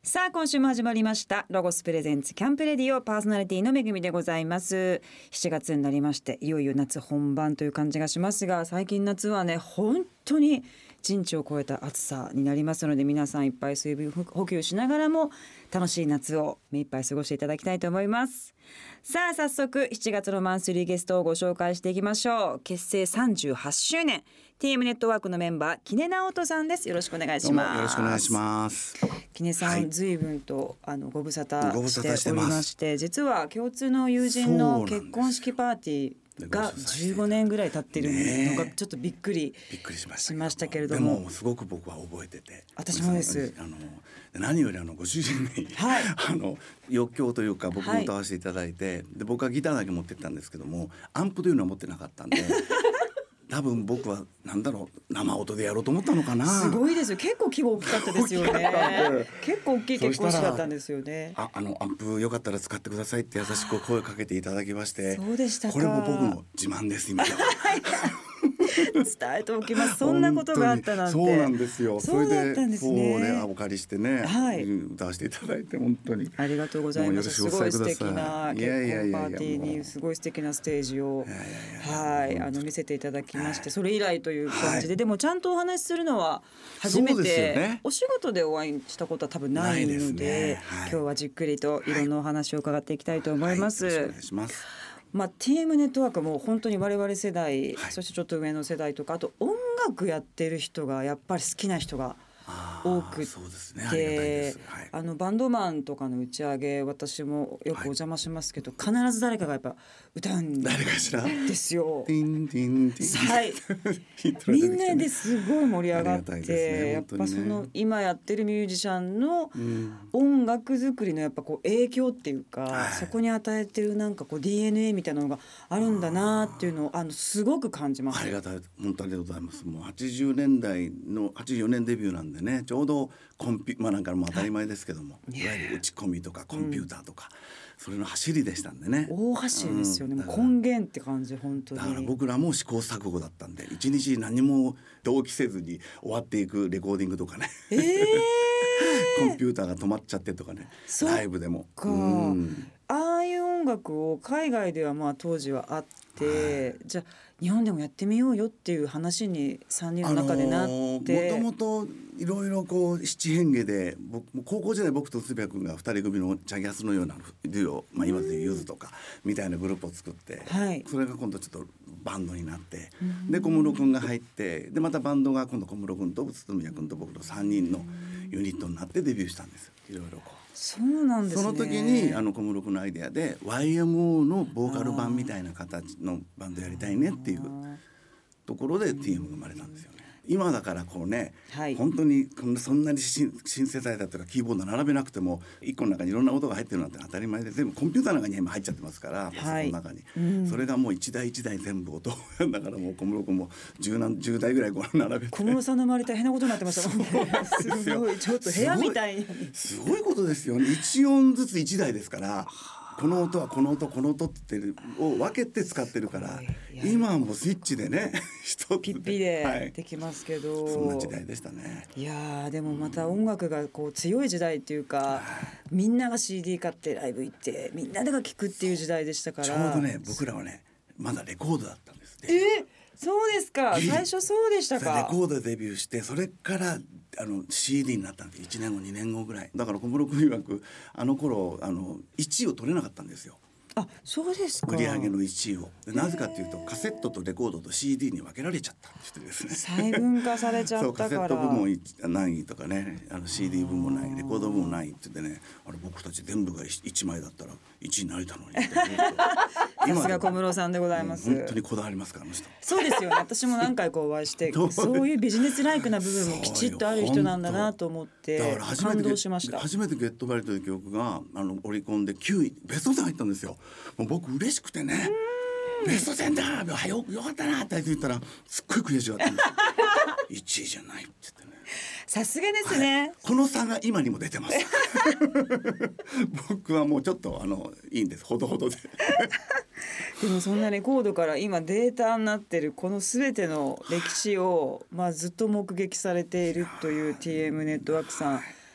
さあ今週も始まりましたロゴスプレゼンツキャンプレディオ、パーソナリティのめぐみでございます。7月になりましていよいよ夏本番という感じがしますが、最近夏はね本当に人知を超えた暑さになりますので、皆さんいっぱい水分補給しながらも楽しい夏を目いっぱい過ごしていただきたいと思います。さあ早速7月のマンスリーゲストをご紹介していきましょう。結成38周年 TM ネットワークのメンバー木根直人さんです。よろしくお願いします。 どうもよろしくお願いします。 木根さん、 はい、 随分とご無沙汰しておりまして、実は共通の友人そうなのんです。 結婚式パーティーが15年ぐらい経っているのがちょっとびっくりしましたけれども、 でもすごく僕は覚えてて、 私もです。 何よりご主人に、 はい、 余興というか僕も歌わせていただいて、で僕はギターだけ持ってったんですけども、アンプというのは持ってなかったんで多分僕は生音でやろうと思ったのかな。 すごいですよ。結構規模大きかったですよね。結構大きい結婚式だったんですよね。 アンプよかったら使ってくださいって優しく声かけていただきまして、 そうでしたか。 これも僕の自慢です今では伝えておきます。そんなことがあったなんて。 そうなんですよ。 そうだったんですね。 お借りしてね、 はい、 歌わせていただいて本当にありがとうございます。すごい素敵な結婚パーティーにすごい素敵なステージを見せていただきまして、それ以来という感じで、でもちゃんとお話しするのは初めて、お仕事でお会いしたことは多分ないので、今日はじっくりといろんなお話を伺っていきたいと思います。 よろしくお願いします。 TM ネットワークも本当に我々世代、そしてちょっと上の世代とか、あと音楽やってる人がやっぱり好きな人が多くて、バンドマンとかの打ち上げ、私もよくお邪魔しますけど、必ず誰かがやっぱ歌うんですよ。はい、みんなですごい盛り上がって、やっぱその今やってるミュージシャンの音楽作りのやっぱ影響っていうか、そこに与えてるDNA みたいなのがあるんだなっていうのをすごく感じます。 ありがたい、本当にありがとうございます。もう80年代の84年デビューなんでね、ちょうどなんかも当たり前ですけども、いわゆる打ち込みとかコンピューターとか、それの走りでしたんでね。 大走りですよね。根源って感じ。本当にだから僕らも試行錯誤だったんで、一日何も同期せずに終わっていくレコーディングとかね、コンピューターが止まっちゃってとかね、ライブでもああいう音楽を海外では当時はあって、じゃあ日本でもやってみようよっていう話に3人の中でなって、 もともといろいろ七変化で、高校時代僕とつべや君が2人組のチャギアスのようなデュオ、今でいうゆずとかみたいなグループを作って、それが今度ちょっとバンドになって、で小室君が入って、でまたバンドが今度小室君と宇都宮君と僕の3人のユニットになってデビューしたんですよ。いろいろそうなんですね。 その時に小室君のアイデアで YMO のボーカル版みたいな形のバンドやりたいねっていうところで TM が生まれたんですよね。今だから本当にそんなにシンセサイザーとかキーボード並べなくても一個の中にいろんな音が入ってるなんて当たり前で、全部コンピューターの中に今入っちゃってますから、パソコンの中に、それがもう一台一台全部音だから、もう小室君も10台ぐらい並べて、 小室さんの周り大変なことになってましたもんね。すごい、ちょっと部屋みたいにすごいことですよね。1音ずつ1台ですから、この音はこの音この音ってを分けて使ってるから、今はもうスイッチでね一つピッピでできますけど、 そんな時代でしたね。 いやでもまた音楽が強い時代っていうか、みんなが CD 買ってライブ行ってみんなでが聴くっていう時代でしたから、 ちょうどね僕らはねまだレコードだったんです。 そうですか。最初そうでしたか。 レコードでデビューして、それからCD になったんで1年後2年後ぐらいだから、小室君曰く頃1位を取れなかったんですよ。 そうですか。 売り上げの1位を。なぜかというと、カセットとレコードと CD に分けられちゃったって言ってですね、 細分化されちゃったから。 そう、カセット部門何位とかね、CD 部門何位、レコード部門何位って言ってね、僕たち全部が1枚だったら1位になれたのにさすが小室さんでございます。 本当にこだわりますから、あの人。 そうですよね。私も何回かお会いしてそういうビジネスライクな部分もきちっとある人なんだなと思って感動しました。 初めてゲットバリという曲がオリコンで9位ベスト10入ったんですよ。もう僕嬉しくてね、ベスト10だ、よかったなって言ったらすっごい悔しがったんです1位じゃないって言ってね。 さすがですね、 この差が今にも出てます僕はもうちょっといいんです、ほどほどででもそんなレコードから今データになってるこの全ての歴史をずっと目撃されているという TM ネットワークさん、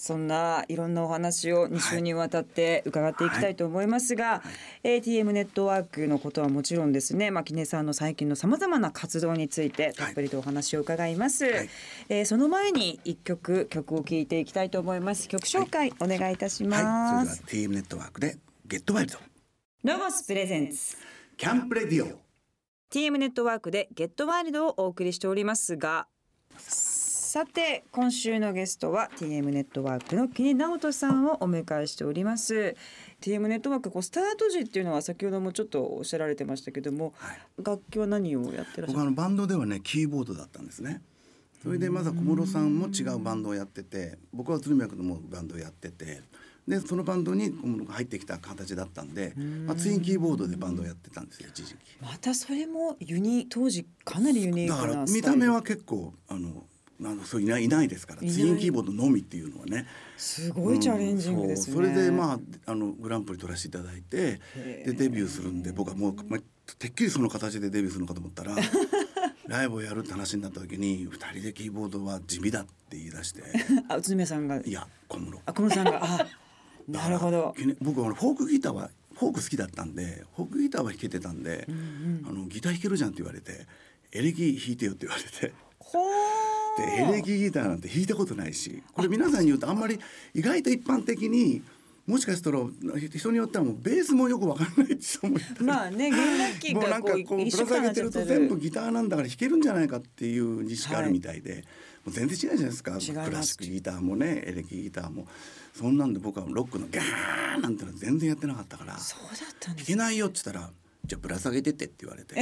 そんないろんなお話を2週にわたって伺っていきたいと思いますが、TM ネットワークのことはもちろんですね、キネさんの最近のさまざまな活動についてたっぷりとお話を伺います、その前に1曲を聴いていきたいと思います。曲紹介お願いいたします。 それでは TM ネットワークでゲットワイルド、 ロゴスプレゼンツキャンプレディオ、 TM ネットワークでゲットワイルドをお送りしておりますが、さて今週のゲストは TM ネットワークの木根直人さんをお迎えしております。 TM ネットワークスタート時っていうのは先ほどもちょっとおっしゃられてましたけども、楽器は何をやってらっしゃる？ 僕バンドではねキーボードだったんですね。それでまず小室さんも違うバンドをやってて、僕は鶴見役のもバンドをやってて、でそのバンドに小室が入ってきた形だったんで、ツインキーボードでバンドをやってたんですよ一時期。 またそれも当時かなりユニークなスタイル。 だから見た目は結構そういないですから、ツインキーボードのみっていうのはねすごいチャレンジングですね。 それでグランプリ取らせていただいて、でデビューするんで、僕はもう、てっきりその形でデビューするのかと思ったらライブをやるって話になった時に2人でキーボードは地味だって言い出して宇都宮さんが、 いや小室さんがなるほど。 僕はフォークギターはフォーク好きだったんで、フォークギターは弾けてたんで、ギター弾けるじゃんって言われて、エレキ弾いてよって言われて、でエレキギターなんて弾いたことないし、これ皆さんに言うとあんまり意外と一般的にもしかしたら人によってはもうベースもよく分からないって人もいたり、 弦楽器がこうぶら下げてると全部ギターなんだから弾けるんじゃないかっていう認識あるみたいで、もう全然違うじゃないですか。クラシックギターもねエレキギターもそんなんで、僕はロックのガーンなんてのは全然やってなかったから、 そうだったんです。 弾けないよって言ったら、じゃあぶら下げてってって言われて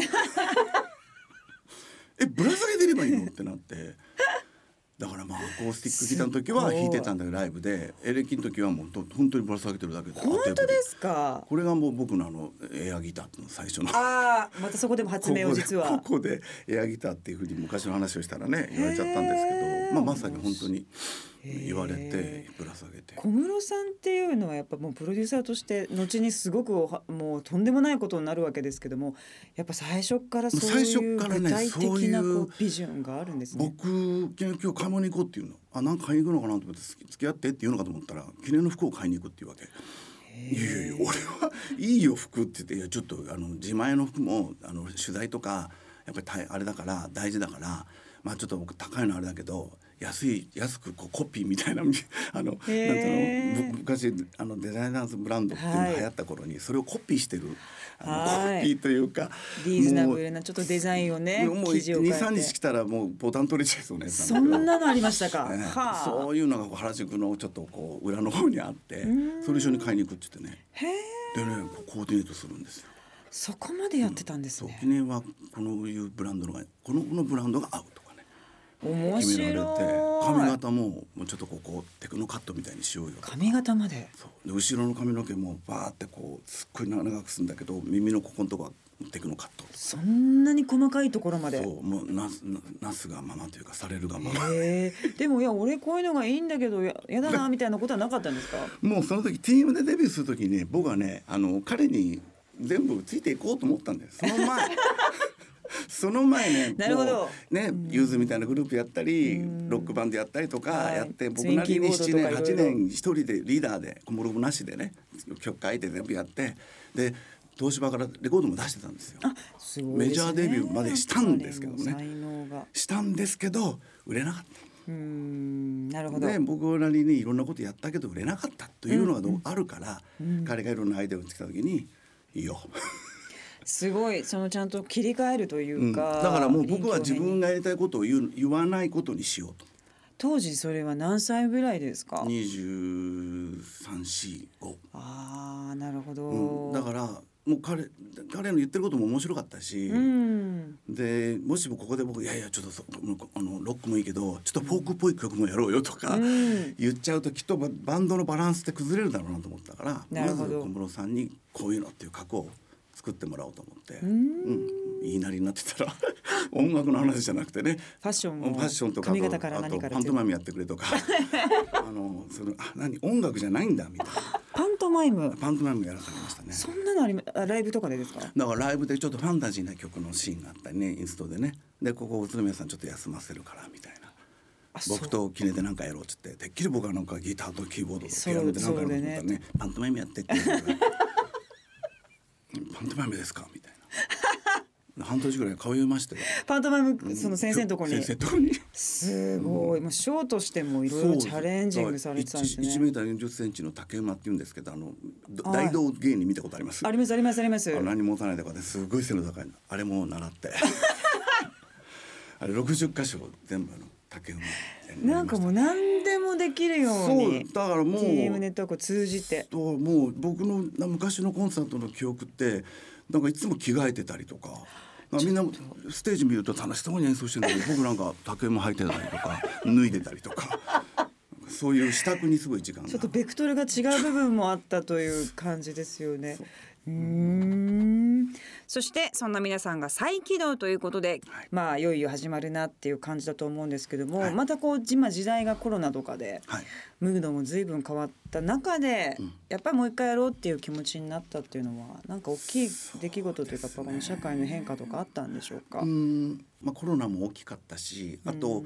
ぶら下げてればいいのってなって、だからアコースティックギターの時は弾いてたんだけどライブで、エレキの時はもう本当にぶら下げてるだけで。 本当ですか？ これがもう僕のエアギターの最初のまたそこでも発明を実はここでエアギターっていうふうに昔の話をしたらね言われちゃったんですけど、まさに本当に言われてぶら下げて。 小室さんっていうのはやっぱもうプロデューサーとして後にすごくもうとんでもないことになるわけですけども、やっぱ最初からそういう具体的なビジョンがあるんですね。 僕今日買い物に行こうっていうの、なんか買いに行くのかなと思って付き合ってって言うのかと思ったら、記念の服を買いに行くっていうわけ。いや俺はいいよ服って言って、いやちょっと自前の服も取材とかやっぱりあれだから大事だから、ちょっと僕高いのあれだけど安くコピーみたいななんていうの、昔デザイナーズブランドっていうのが流行った頃にそれをコピーしてるコピーというか、 リーズナブルなちょっとデザインをね、 もう 2,3 日来たらもうボタン取れちゃいそうなやつそんなのありましたか、 そういうのが原宿のちょっと裏の方にあって、それ一緒に買いに行くって言ってね、でねコーディネートするんですよ。 そこまでやってたんですね。 記念はこのいうブランドのこのブランドが合うとかね、 面白い。 決められて、髪型もちょっとテクノカットみたいにしようよ。 髪型まで。 そうで後ろの髪の毛もバーってすっごい長くするんだけど、耳のここのとこはテクノカット。 そんなに細かいところまで。 そうもうなすがままというかされるがまま。 でも俺こういうのがいいんだけどやだなみたいなことはなかったんですか？ もうその時 TM でデビューする時に僕はね彼に全部ついていこうと思ったんです。その前ね、 なるほどね、ユーズみたいなグループやったりロックバンドやったりとかやって、僕なりに7年8年一人でリーダーで小室なしでね曲書いて全部やって、で東芝からレコードも出してたんですよ。 すごいですね。 メジャーデビューまでしたんですけどね、 才能がしたんですけど売れなかった。 なるほど。 で僕なりにいろんなことやったけど売れなかったというのがあるから、彼がいろんなアイデアをつけた時にいいよすごいちゃんと切り替えるというか、 だからもう僕は自分がやりたいことを言わないことにしようと。 当時それは何歳ぐらいですか ？23、4、5。 なるほど、 だからもう彼の言ってることも面白かったし、でもしもここで僕いやちょっとロックもいいけどちょっとフォークっぽい曲もやろうよとか言っちゃうときっとバンドのバランスって崩れるだろうなと思ったから、まず小室さんにこういうのっていう格を作ってもらおうと思って、言いなりになってたら音楽の話じゃなくてね、 ファッションとか髪型から何からパントマイムやってくれとか音楽じゃないんだみたいなパントマイムやらされましたね。 そんなのライブとかでですか？ だからライブでちょっとファンタジーな曲のシーンがあったりね、インストでね、でここ宇都宮さんちょっと休ませるからみたいな僕とキネでなんかやろうっつって、てっきり僕はなんかギターとキーボードとピアノでなんかやろうと思ったらね、パントマイムやってって言うからパントマイムですかみたいな。半年ぐらい通いましたよ。 パントマイムその先生のとこに。 先生のとこに。 すごい。もうショーとしてもいろいろチャレンジングされてたんですね。 1メーター40センチの竹馬って言うんですけど、大道芸人見たことあります？ ありますありますあります。 何も持たないとかですごい背の高いの、あれも習ってあれ60箇所全部竹馬なんかもう何でもできるように。 そうだからもう TM ネットワークを通じてもう僕の昔のコンサートの記憶ってなんかいつも着替えてたりとか、みんなステージ見ると楽しそうに演奏してるのに僕なんか竹馬履いてたりとか脱いでたりとかそういう支度にすごい時間が、 ちょっとベクトルが違う部分もあったという感じですよね。そしてそんな皆さんが再起動ということで、まあいよいよ始まるなっていう感じだと思うんですけども、またこう今時代がコロナとかで、ムードも随分変わった中で、やっぱりもう一回やろうっていう気持ちになったっていうのはなんか大きい出来事というか、この社会の変化とかあったんでしょうか？ コロナも大きかったし、あと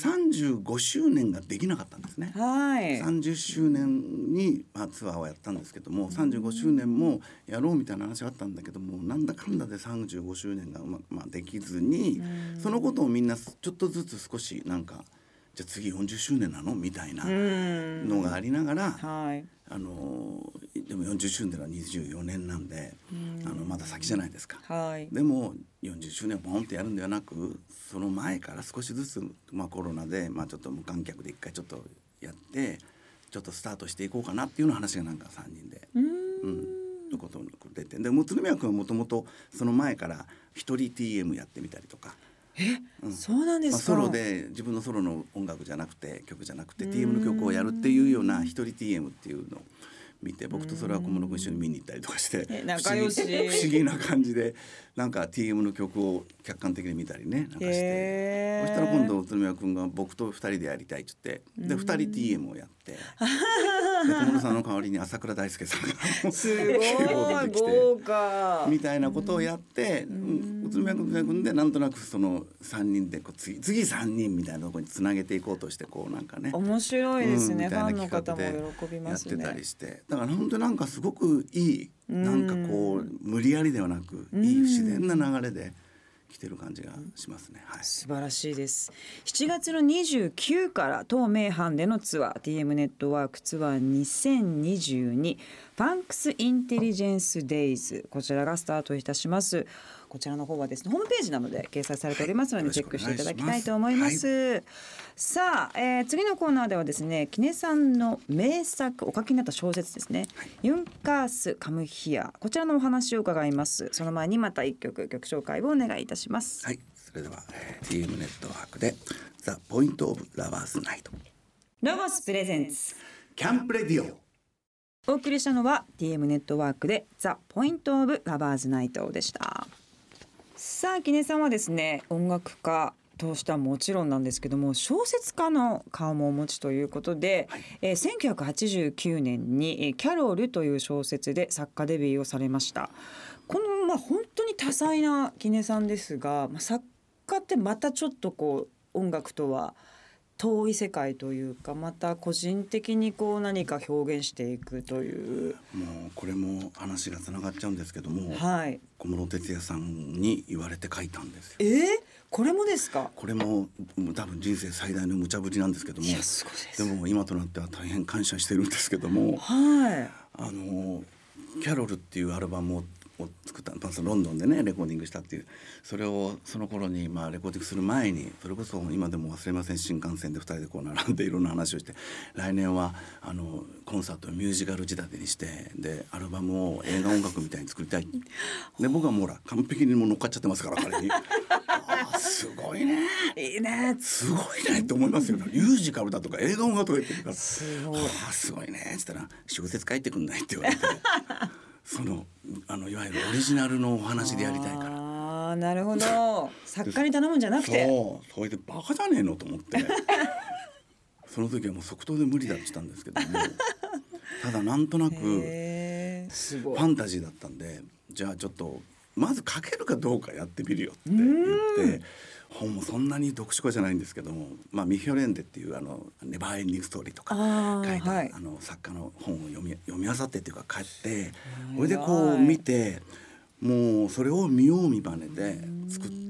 35周年ができなかったんですね。30周年にツアーをやったんですけども、35周年もやろうみたいな話があったんだけども、なんだかんだで35周年ができずに、そのことをみんなちょっとずつ少しなんか、じゃあ次40周年なのみたいなのがありながら、でも40周年は24年なんで、まだ先じゃないですか。でも40周年をボンってやるんではなく、その前から少しずつ、コロナでちょっと無観客で一回ちょっとやってちょっとスタートしていこうかなっていうような話がなんか3人でのことに出て、で鶴宮君はもともとその前から一人 TM やってみたりとか。 そうなんですか。 ソロで自分のソロの音楽じゃなくて曲じゃなくて TM の曲をやるっていうような一人 TM っていうのを見て、僕とそれは小室君一緒に見に行ったりとかして仲良し不思議な感じでなんか TM の曲を客観的に見たりねなんかして、そしたら今度鶴宮君が僕と2人でやりたいって言って、で2人 TM をやってで小室さんの代わりに朝倉大輔さんがすごいキーボードで来豪華てみたいなことをやって、鶴宮君でなんとなくその3人で次3人みたいなところにつなげていこうとして、こうなんかね面白いですね、 ファンの方も喜びますね。 やってたりして、だから本当になんかすごくいい、なんかこう無理やりではなくいい自然な流れで来てる感じがしますね。 素晴らしいです。7月の29から東名阪でのツアー TM ネットワークツアー2022ファンクスインテリジェンスデイズ、こちらがスタートいたします。こちらの方はですねホームページなどで掲載されておりますので、チェックしていただきたいと思います。さあ、次のコーナーではですね、キネさんの名作お書きになった小説ですね、ユンカースカムヒア、こちらのお話を伺います。その前にまた1曲紹介をお願いいたします。 それでは、TM ネットワークでザ・ポイント・オブ・ラバーズ・ナイト、 ロゴスプレゼンツキャンプレディオ。 お送りしたのは TM ネットワークでザ・ポイント・オブ・ラバーズ・ナイトでした。さあキネさんはですね、音楽家としてはもちろんなんですけども、小説家の顔もお持ちということで、1989年にキャロルという小説で作家デビューをされました。この本当に多彩なキネさんですが、作家ってまたちょっとこう音楽とは遠い世界というか、また個人的にこう何か表現していくという、 もうこれも話がつながっちゃうんですけども、小室哲哉さんに言われて書いたんですよ。 これもですか？ これも多分人生最大の無茶ぶりなんですけども、でも今となっては大変感謝してるんですけども、キャロルっていうアルバムを作ったロンドンでねレコーディングしたっていう、それをその頃にレコーディングする前に、それこそ今でも忘れません、新幹線で2人でこう並んでいろんな話をして、来年はコンサートをミュージカル仕立てにして、でアルバムを映画音楽みたいに作りたいで、僕はもう完璧にもう乗っかっちゃってますから彼にすごいね、 いいね、 すごいねって思いますよね。ミュージカルだとか映画音楽とか言ってるから、 すごい、 すごいねって言ったら小説書いてくんないって言われてそのいわゆるオリジナルのお話でやりたいから。 なるほど作家に頼むんじゃなくて、 それでバカじゃねえのと思ってその時はもう即答で無理だって言ったんですけどもただなんとなくファンタジーだったんで、じゃあちょっとまず書けるかどうかやってみるよって言って、本もそんなに読書家じゃないんですけども、ミヒョレンデっていうネバーエンディングストーリーとか書いた、はい、作家の本を読み漁ってっていうか帰って、それでこう見て、もうそれを見よう見まねで作って、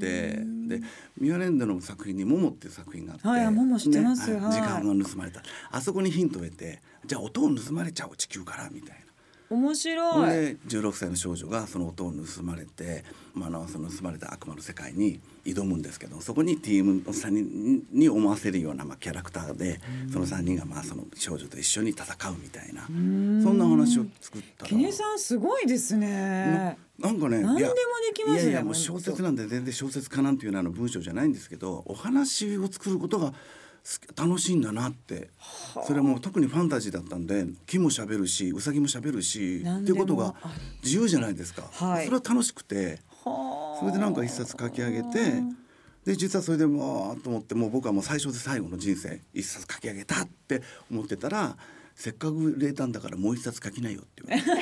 でミヒョレンデの作品に「モモ」っていう作品があって、 はい、モモ知ってますよ、 ね、時間が盗まれた、あそこにヒントを得て、じゃあ音を盗まれちゃおう地球からみたいな。 面白い。 で16歳の少女がその音を盗まれて、その盗まれた悪魔の世界に挑むんですけど、そこにティームの3人に思わせるようなキャラクターで、その3人がその少女と一緒に戦うみたいな、そんな話を作ったら、 キネさんすごいですね。 なんかね、 何でもできますね。 いやもう小説なんで全然小説家なんていうような文章じゃないんですけど、お話を作ることが楽しいんだなって。それはもう特にファンタジーだったんで、木も喋るしウサギも喋るしっていうことが自由じゃないですか、はい、それは楽しくて、それでなんか一冊書き上げて、で実はそれでもうと思って、もう僕はもう最初で最後の人生一冊書き上げたって思ってたら、せっかく売れたんだからもう一冊書きないよって言われ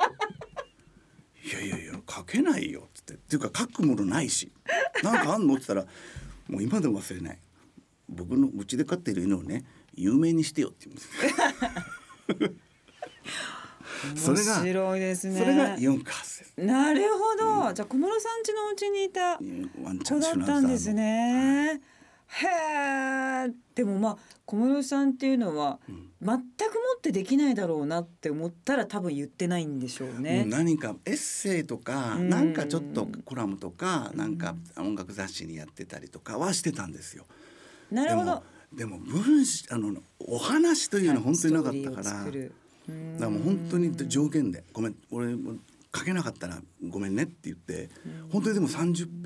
ていや書けないよっていうか書くものないし、なんかあんのって言ったら、もう今でも忘れない、僕の家で飼っている犬をね有名にしてよって言うんですそれが面白いですね。 それが4か8です。 なるほど、じゃあ小室さん家のお家にいた子だったんですね。へえ。でも小室さんっていうのは、全くもってできないだろうなって思ったら多分言ってないんでしょうね。 何かエッセイとか、なんかちょっとコラムとか、なんか音楽雑誌にやってたりとかはしてたんですよ。 なるほど。 でもお話というのは本当になかったから、だからもう本当に条件でごめん俺書けなかったらごめんねって言って、本当にでも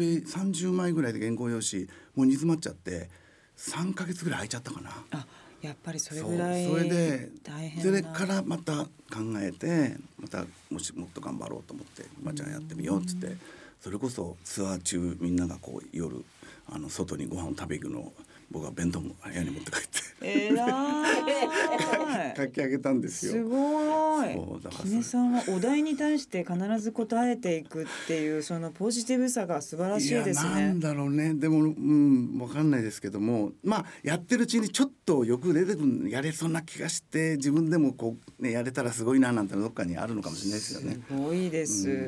30枚ぐらいで原稿用紙もう煮詰まっちゃって3ヶ月ぐらい空いちゃったかな。 やっぱりそれぐらいそれで大変な。 それからまた考えて、またもっと頑張ろうと思って、じゃあやってみようっつって、それこそツアー中みんながこう夜外にご飯を食べ行くのを僕は弁当も部屋に持って帰って書き上げたんですよ。 すごい。キネさんはお題に対して必ず答えていくっていうそのポジティブさが素晴らしいですね。 なんだろうね。でも分かんないですけども、やってるうちにちょっとよく出てくるやれそうな気がして、自分でもこう、やれたらすごいななんてどっかにあるのかもしれないですよね。 すごいです、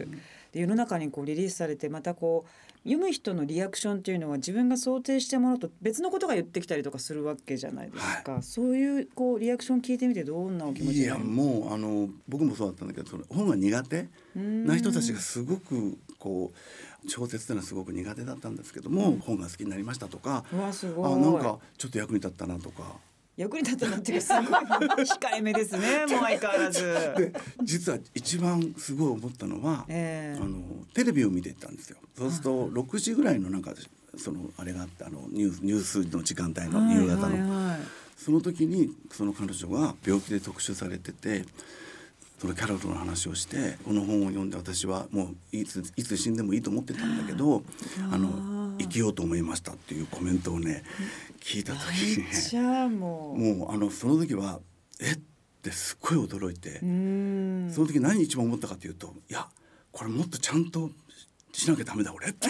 で世の中にリリースされて、また読む人のリアクションっていうのは自分が想定したものと別のことが言ってきたりとかするわけじゃないですか、そういうリアクション聞いてみてどんなお気持ちになりますか？ もう僕もそうだったんだけど、その本が苦手な人たちがすごく小説っていうのはすごく苦手だったんですけども、本が好きになりましたとか、 すごいなんかちょっと役に立ったなとか。 役に立ったなっていうか、すごい控えめですねもう相変わらず。 で実は一番すごい思ったのは、テレビを見ていったんですよ。そうすると6時ぐらいのあれがあってニュースの時間帯の夕方の、その時にその彼女が病気で特集されてて、そのキャロルの話をして、この本を読んで私はもういつ死んでもいいと思ってたんだけど生きようと思いましたっていうコメントをね聞いた時にね、もうその時はってすっごい驚いて、その時何一番思ったかというと、いやこれもっとちゃんとしなきゃダメだ俺って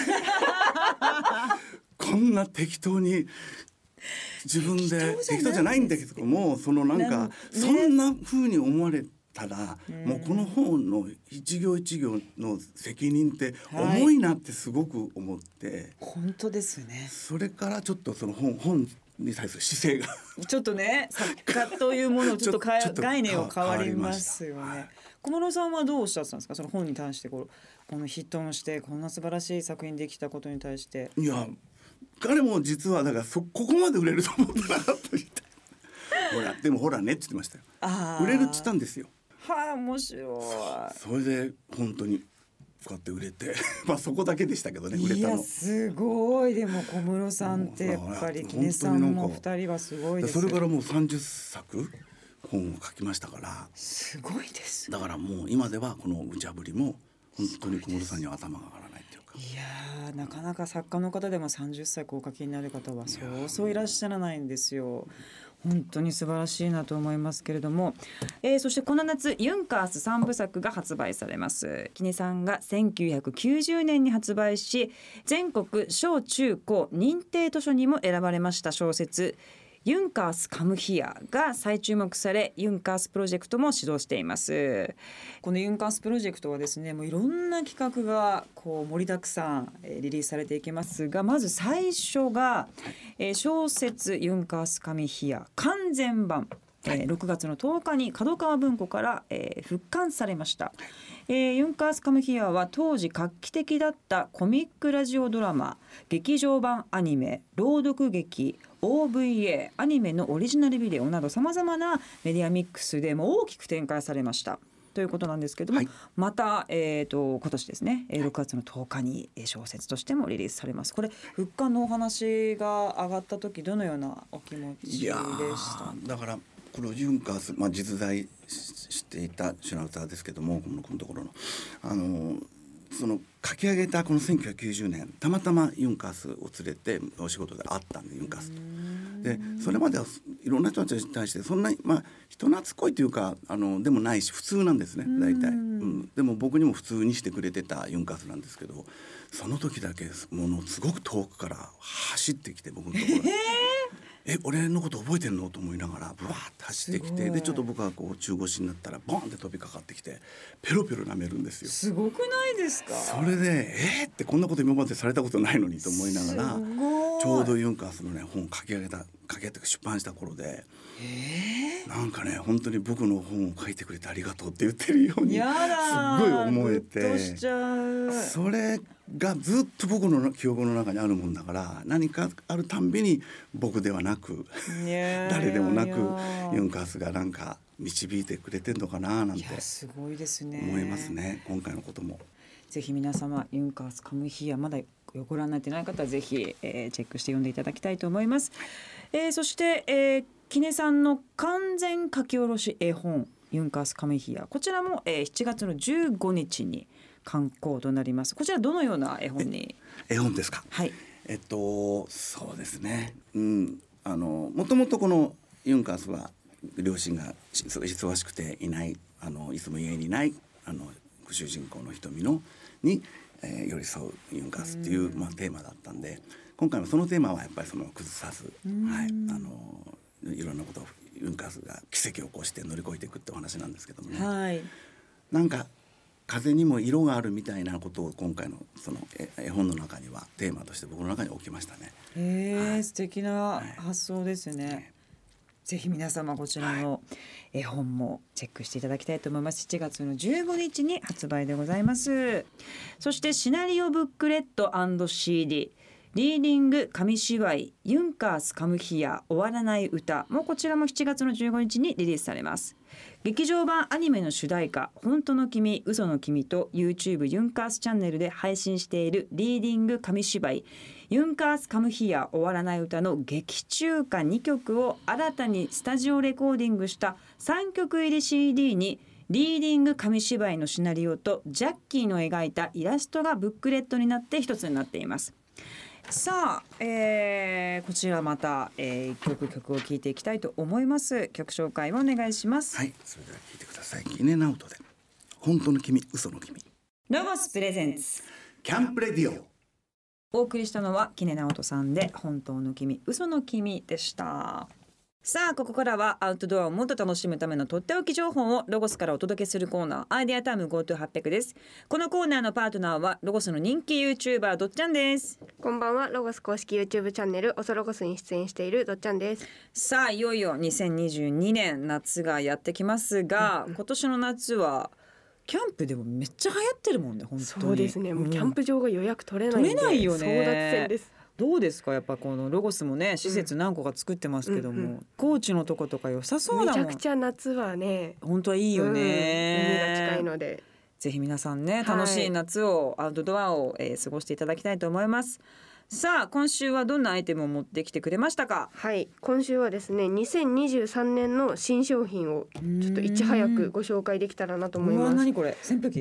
こんな適当に自分で適当じゃないんだけども、そんな風に思われたら、もうこの本の一行一行の責任って重いなってすごく思って、 本当ですね。 それからちょっとその本に対する姿勢がちょっとね、作家というものをちょっと概念を変わりますよね。小室さんはどうおっしゃってたんですか、その本に対してこのヒットもしてこんな素晴らしい作品できたことに対して。 いや彼も実はだからここまで売れると思ってなかったみたいでもほらねって言ってましたよ。売れるって言ったんですよ。 面白い。 それで本当にこうやって売れてそこだけでしたけどね、売れたの。いやすごい。でも小室さんってやっぱりキネさんも2人はすごいです。 それからもう30作本を書きましたから、 すごいです。 だからもう今ではこの無茶ぶりも本当に小室さんには頭が上がらないっていうか。 いやなかなか作家の方でも30作お書きになる方はそうそういらっしゃらないんですよ。 本当に素晴らしいなと思いますけれども、そしてこの夏ユンカース3部作が発売されます。木根さんが1990年に発売し、全国小中高認定図書にも選ばれました小説ユンカースカムヒアが再注目され、ユンカースプロジェクトも始動しています。このユンカースプロジェクトはですね、もういろんな企画がこう盛りだくさんリリースされていきますが、まず最初が小説ユンカースカムヒア完全版、6月の10日に角川文庫から復刊されました。ユンカースカムヒアは当時画期的だったコミックラジオドラマ、劇場版アニメ、朗読劇、OVA、アニメのオリジナルビデオなどさまざまなメディアミックスでも大きく展開されましたということなんですけども、また、今年ですね、6月の10日に小説としてもリリースされます。これ復刊のお話が上がった時どのようなお気持ちでした？ だからこのユンカース、実在していたシュナウザーですけども、このところのその書き上げたこの1990年、たまたまユンカースを連れてお仕事で会ったんで、ユンカースと。でそれまではいろんな人たちに対してそんなに、人懐っこいというかでもないし、普通なんですね大体、でも僕にも普通にしてくれてたユンカースなんですけど、その時だけものすごく遠くから走ってきて僕のところに俺のこと覚えてんのと思いながらブワーって走ってきて、でちょっと僕はこう中腰になったらボンって飛びかかってきてペロペロ舐めるんですよ。 すごくないですか？ それでってこんなこと今までされたことないのにと思いながら、ちょうどユンカースのね本を書き上げて出版した頃で、なんかね本当に僕の本を書いてくれてありがとうって言ってるようにすっごい思えて、それがずっと僕の記憶の中にあるもんだから、何かあるたんびに僕ではなく誰でもなくユンカースがなんか導いてくれてんのかななんて思いますね。今回のこともぜひ皆様ユンカースカムヒアまだご覧になってない方はぜひ、チェックして読んでいただきたいと思います。そして、木根さんの完全書き下ろし絵本ユンカースカムヒア、こちらも、7月の15日に刊行となります。こちらどのような絵本に？ 絵本ですか？ はい。 そうですね、もともとこのユンカースは両親が忙しくていない、いつも家にいない主人公の瞳に寄り添うユンカースっていう、テーマだったんで、今回もそのテーマはやっぱりその崩さず、いろんなことをユンカースが奇跡を起こして乗り越えていくってお話なんですけどもね、なんか風にも色があるみたいなことを今回のその絵本の中にはテーマとして僕の中に置きましたね。 素敵な発想ですね。ぜひ皆様こちらの絵本もチェックしていただきたいと思います。7月の15日に発売でございます。そしてシナリオブックレット& CD リーディング紙芝居ユンカースカムヒア終わらない歌もこちらも7月の15日にリリースされます。劇場版アニメの主題歌本当の君嘘の君と YouTube ユンカースチャンネルで配信しているリーディング紙芝居ユンカースカムヒア終わらない歌の劇中歌2曲を新たにスタジオレコーディングした3曲入り CD にリーディング紙芝居のシナリオとジャッキーの描いたイラストがブックレットになって一つになっています。さあ、こちらまた、一曲を聴いていきたいと思います。曲紹介をお願いします。 はい、それでは聴いてください。木根直人で本当の君嘘の君。 ロゴスプレゼンツキャンプレディオ。 お送りしたのは木根直人さんで本当の君嘘の君でした。さあここからはアウトドアをもっと楽しむためのとっておき情報をロゴスからお届けするコーナーアイデアタイム GoTo800 です。このコーナーのパートナーはロゴスの人気 YouTuber どっちゃんです。 こんばんは。ロゴス公式 YouTube チャンネルオソロゴスに出演しているどっちゃんです。 さあいよいよ2022年夏がやってきますが、今年の夏はキャンプでもめっちゃ流行ってるもんね。本当にそうですね、もうキャンプ場が予約取れないんで、 取れないよね。 争奪戦です。 どうですか？やっぱこのロゴスもね施設何個か作ってますけども、高知のとことか良さそうだもん。 めちゃくちゃ夏はね本当はいいよね、 海が近いのでぜひ皆さんね楽しい夏を、アウトドアを、過ごしていただきたいと思います。さあ今週はどんなアイテムを持ってきてくれましたか？ はい、今週はですね2023年の新商品をちょっといち早くご紹介できたらなと思います。 何これ？扇風機？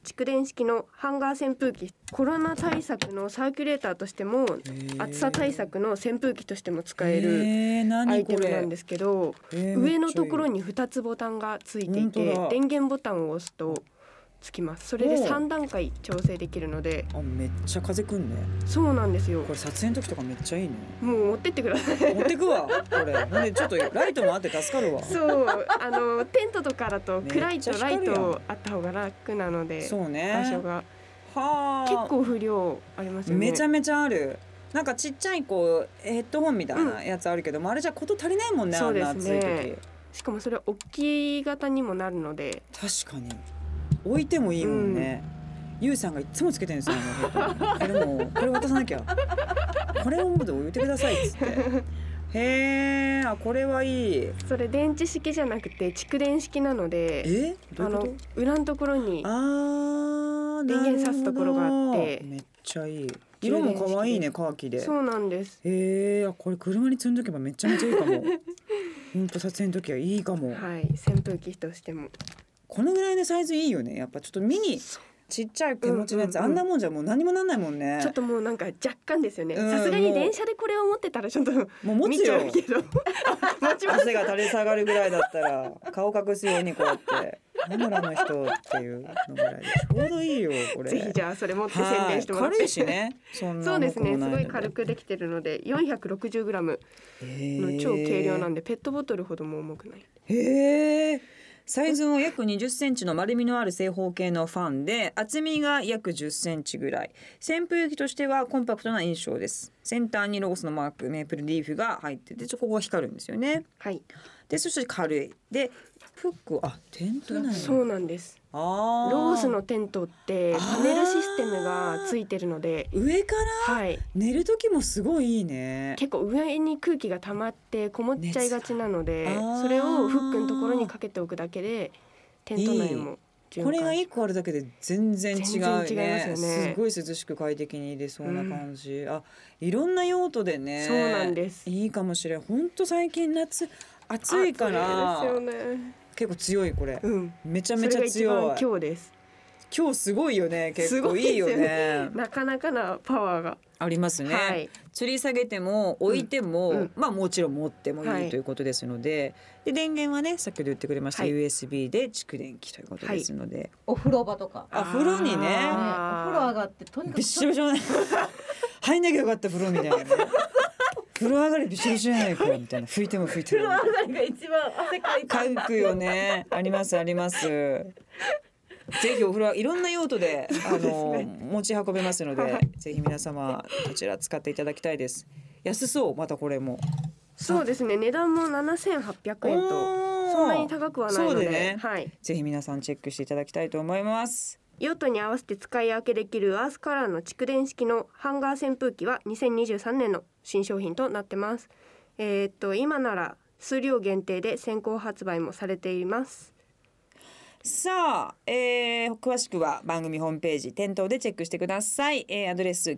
蓄電式のハンガー扇風機。コロナ対策のサーキュレーターとしても暑さ対策の扇風機としても使えるアイテムなんですけど、上のところに2つボタンがついていて、電源ボタンを押すとつきます。それで3段階調整できるので。 めっちゃ風くんね。 そうなんですよ。 これ撮影の時とかめっちゃいいね。 もう持ってってください。 持ってくわこれ。ほんでちょっとライトもあって助かるわ。 そうテントとかだと暗いとライトあった方が楽なので。 そうね。 場所が結構不良ありますよね。 めちゃめちゃある。なんかちっちゃいこうヘッドホンみたいなやつあるけども、あれじゃこと足りないもんね。 そうですね。 あんな暑い時。 しかもそれ大きい型にもなるので。 確かに置いてもいいもんね。ゆうさんがいつもつけてるんですよ。これ渡さなきゃ。これをもっと置いてくださいっつって。へー、これはいい。 それ電池式じゃなくて蓄電式なので、 どういうこと？ 裏のところに電源挿すところがあって。 めっちゃいい。色も可愛いね、カーキで。 そうなんです。 これ車に積んどけばめちゃめちゃいいかも。ほんと撮影の時はいいかも。 はい、扇風機としてもこのぐらいのサイズいいよね。やっぱちょっとミニちっちゃい手持ちのやつ、あんなもんじゃもう何もなんないもんね。 ちょっともうなんか若干ですよね。さすがに電車でこれを持ってたらちょっともう持つよ。 けど汗が垂れ下がるぐらいだったら顔隠すようにこうやって野村の人っていうのぐらいでちょうどいいよこれ。 ぜひじゃあそれ持って宣伝してもらって。 軽いしね。 そうですね。すごい軽くできてるので 460g の超軽量なんでペットボトルほども重くない。 へー。サイズも約20センチの丸みのある正方形のファンで、厚みが約10センチぐらい。扇風機としてはコンパクトな印象です。センターにロゴスのマーク、メープルリーフが入ってて、ここが光るんですよね。 はい。 で、そして軽い。で、フック、テント内。 そうなんです。ロゴスのテントってパネルシステムがついてるので、 上から寝る時もすごいいいね。 結構上に空気が溜まってこもっちゃいがちなので、それをフックのところにかけておくだけでテント内もこれが1個あるだけで全然違うね。 全然違いますよね。 すごい涼しく快適に入れそうな感じ。いろんな用途でね。 そうなんです。 いいかもしれん。本当最近夏暑いから暑いですよね。 結構強いこれ、めちゃめちゃ強い。 それが一番今日です。 今日すごいよね。結構いいよね。 なかなかなパワーがありますね。吊り下げても置いても、もちろん持ってもいいということですので、で電源はね、先ほど言ってくれました、USB で蓄電器ということですので、 お風呂場とか風呂にね、お風呂上がってとにかくびっしょびしょ入んなきゃよかった風呂みたいなね。風呂上がりびしょびしょじゃないかみたいな、拭いても拭いても風呂上がりが一番汗かいてかくよね。ありますあります。ぜひお風呂いろんな用途で持ち運べますので、ぜひ皆様こちら使っていただきたいです。安そう。またこれもそうですね。値段も7800円とそんなに高くはないので、 ね、ぜひ皆さんチェックしていただきたいと思います。 用途に合わせて使い分けできるアースカラーの蓄電式のハンガー扇風機は2023年の新商品となってます。今なら数量限定で先行発売もされています。 さあ、詳しくは番組ホームページ店頭でチェックしてください。アドレス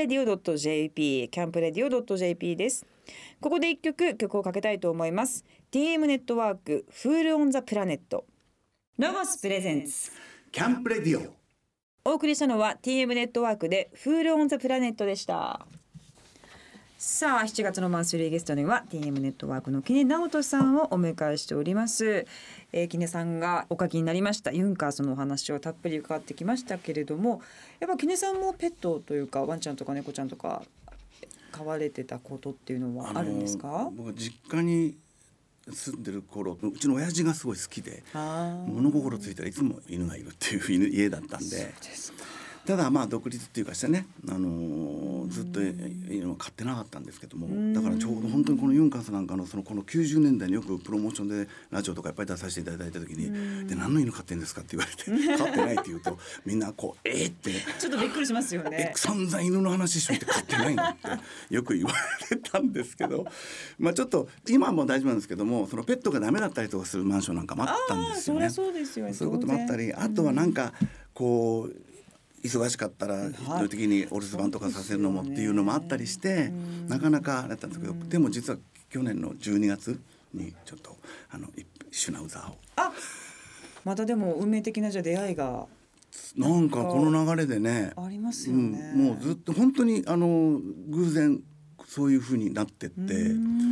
campradio.jp campradio.jp です。ここで一曲をかけたいと思います。 TM ネットワークフールオンザプラネットロゴスプレゼンツキャンプレディオ。 お送りしたのは TM ネットワークでフールオンザプラネットでした。さあ7月のマンスリーゲストには TM ネットワークの木根直人さんをお迎えしております。木根さんがお書きになりましたユンカースのお話をたっぷり伺ってきましたけれども、やっぱ木根さんもペットというかワンちゃんとか猫ちゃんとか飼われてたことっていうのはあるんですか？ 僕実家に住んでる頃、うちの親父がすごい好きで、物心ついたらいつも犬がいるっていう家だったんで。ただ独立っていうかしてね、ずっと犬を飼ってなかったんですけども、だからちょうど本当にこのユンカースなんかのこの90年代によくプロモーションでラジオとかいっぱい出させていただいた時に、で何の犬飼ってんですかって言われて飼ってないって言うとみんなってちょっとびっくりしますよね。 散々犬の話しといて飼ってないのってよく言われたんですけどちょっと今も大丈夫なんですけども、そのペットがダメだったりとかするマンションなんかもあったんですよね。 そうですよね。 そういうこともあったり、あとはこう忙しかったら自動的にお留守番とかさせるのもっていうのもあったりして、なかなかだったんですけど、でも実は去年の12月にちょっとシュナウザーをまたでも運命的な出会いがなんかこの流れでねありますよね、 もうずっと本当に偶然そういう風になってって、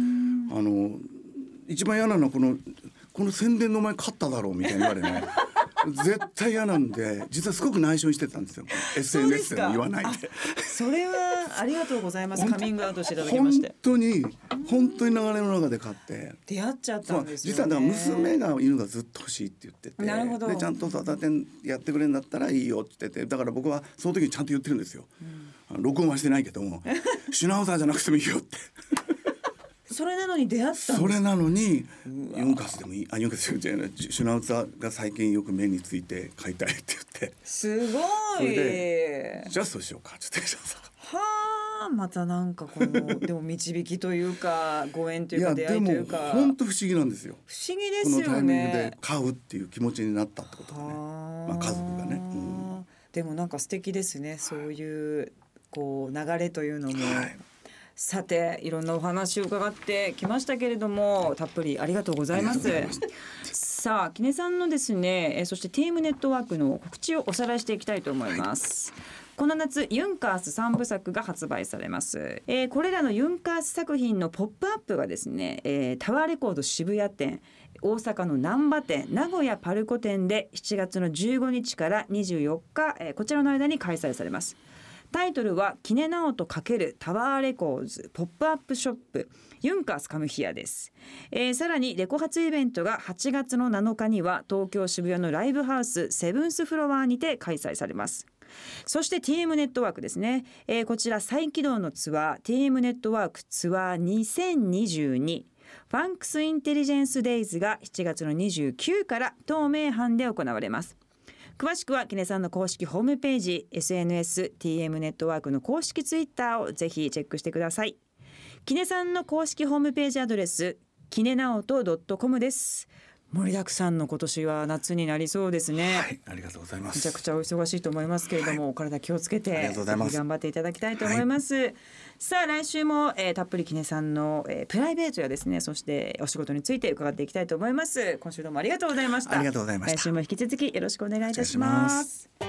一番嫌なのはこの宣伝のお前勝っただろうみたいに言われね絶対嫌なんで、実はすごく内緒にしてたんですよ。 SNS でも言わないで。 それはありがとうございます。カミングアウトしていただきまして、 本当に流れの中で買って出会っちゃったんですよね。 実はだから娘が犬がずっと欲しいって言ってて、 なるほど。 でちゃんと育てやってくれるんだったらいいよって言ってて、だから僕はその時にちゃんと言ってるんですよ、録音はしてないけどもシュナウザーじゃなくてもいいよってそれなのに出会ったんですか。 それなのにユンカスでもいい、ユンカスじゃない、シュナウザーが最近よく目について飼いたいって言って、 すごい。 それでじゃあそうしようかって言って、 はあ、またなんかこのでも導きというかご縁というか出会いというか、 本当不思議なんですよ。 不思議ですよね。 このタイミングで飼うっていう気持ちになったってことがね、家族がね、 でもなんか素敵ですね、そういうこう流れというのも、さていろんなお話を伺ってきましたけれども、たっぷりありがとうございます。さあ、木根さんのですね、そしてティームネットワークの告知をおさらいしていきたいと思います。この夏ユンカース3部作が発売されます。これらのユンカース作品のポップアップがですね、タワーレコード渋谷店、大阪の難波店、名古屋パルコ店で7月の15日から24日、こちらの間に開催されます。タイトルは木根直人×タワーレコーズポップアップショップユンカースカムヒアです。さらにレコ発イベントが8月の7日には東京渋谷のライブハウスセブンスフロアにて開催されます。そして TM ネットワークですね、こちら再起動のツアー TM ネットワークツアー2022ファンクスインテリジェンスデイズが7月の29から東名阪で行われます。詳しくは木根さんの公式ホームページ SNS TM ネットワークの公式ツイッターをぜひチェックしてください。木根さんの公式ホームページアドレスきねなおと .com です。盛りだくさんの今年は夏になりそうですね。 はい、ありがとうございます。 めちゃくちゃお忙しいと思いますけれども、お体気をつけて頑張っていただきたいと思います。さあ来週も、たっぷり木根さんの、プライベートやですね、そしてお仕事について伺っていきたいと思います。今週どうもありがとうございました。 ありがとうございました。 来週も引き続きよろしくお願いいたします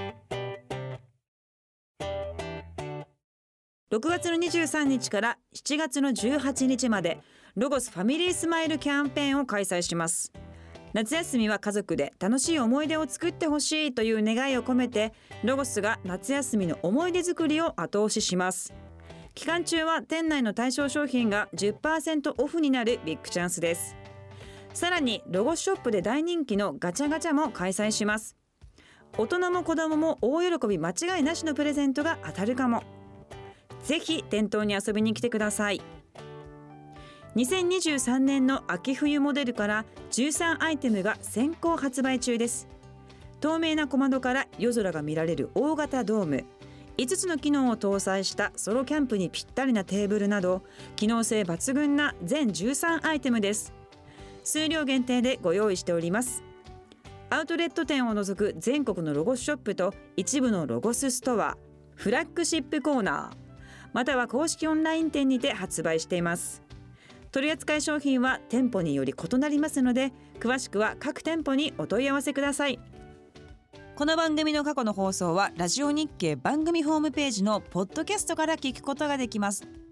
。6月の23日から7月の18日までロゴスファミリースマイルキャンペーンを開催します。夏休みは家族で楽しい思い出を作ってほしいという願いを込めて、ロゴスが夏休みの思い出作りを後押しします。期間中は店内の対象商品が 10% オフになるビッグチャンスです。さらにロゴスショップで大人気のガチャガチャも開催します。大人も子供も大喜び間違いなしのプレゼントが当たるかも。ぜひ店頭に遊びに来てください。2023年の秋冬モデルから13アイテムが先行発売中です。透明な小窓から夜空が見られる大型ドーム、5つの機能を搭載したソロキャンプにぴったりなテーブルなど機能性抜群な全13アイテムです。数量限定でご用意しております。アウトレット店を除く全国のロゴスショップと一部のロゴスストア、フラッグシップコーナー、または公式オンライン店にて発売しています。取扱商品は店舗により異なりますので、詳しくは各店舗にお問い合わせください。この番組の過去の放送はラジオ日経番組ホームページのポッドキャストから聞くことができます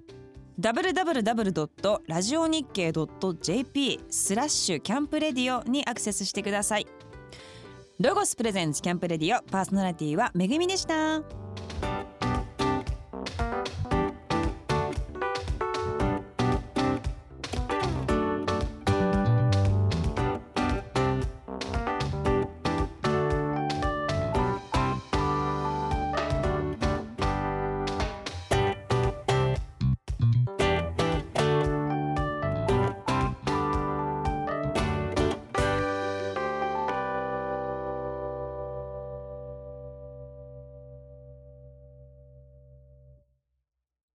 。www.radionickei.jp/キャンプレディオにアクセスしてください。ロゴスプレゼンツキャンプレディオ、パーソナリティはめぐみでした。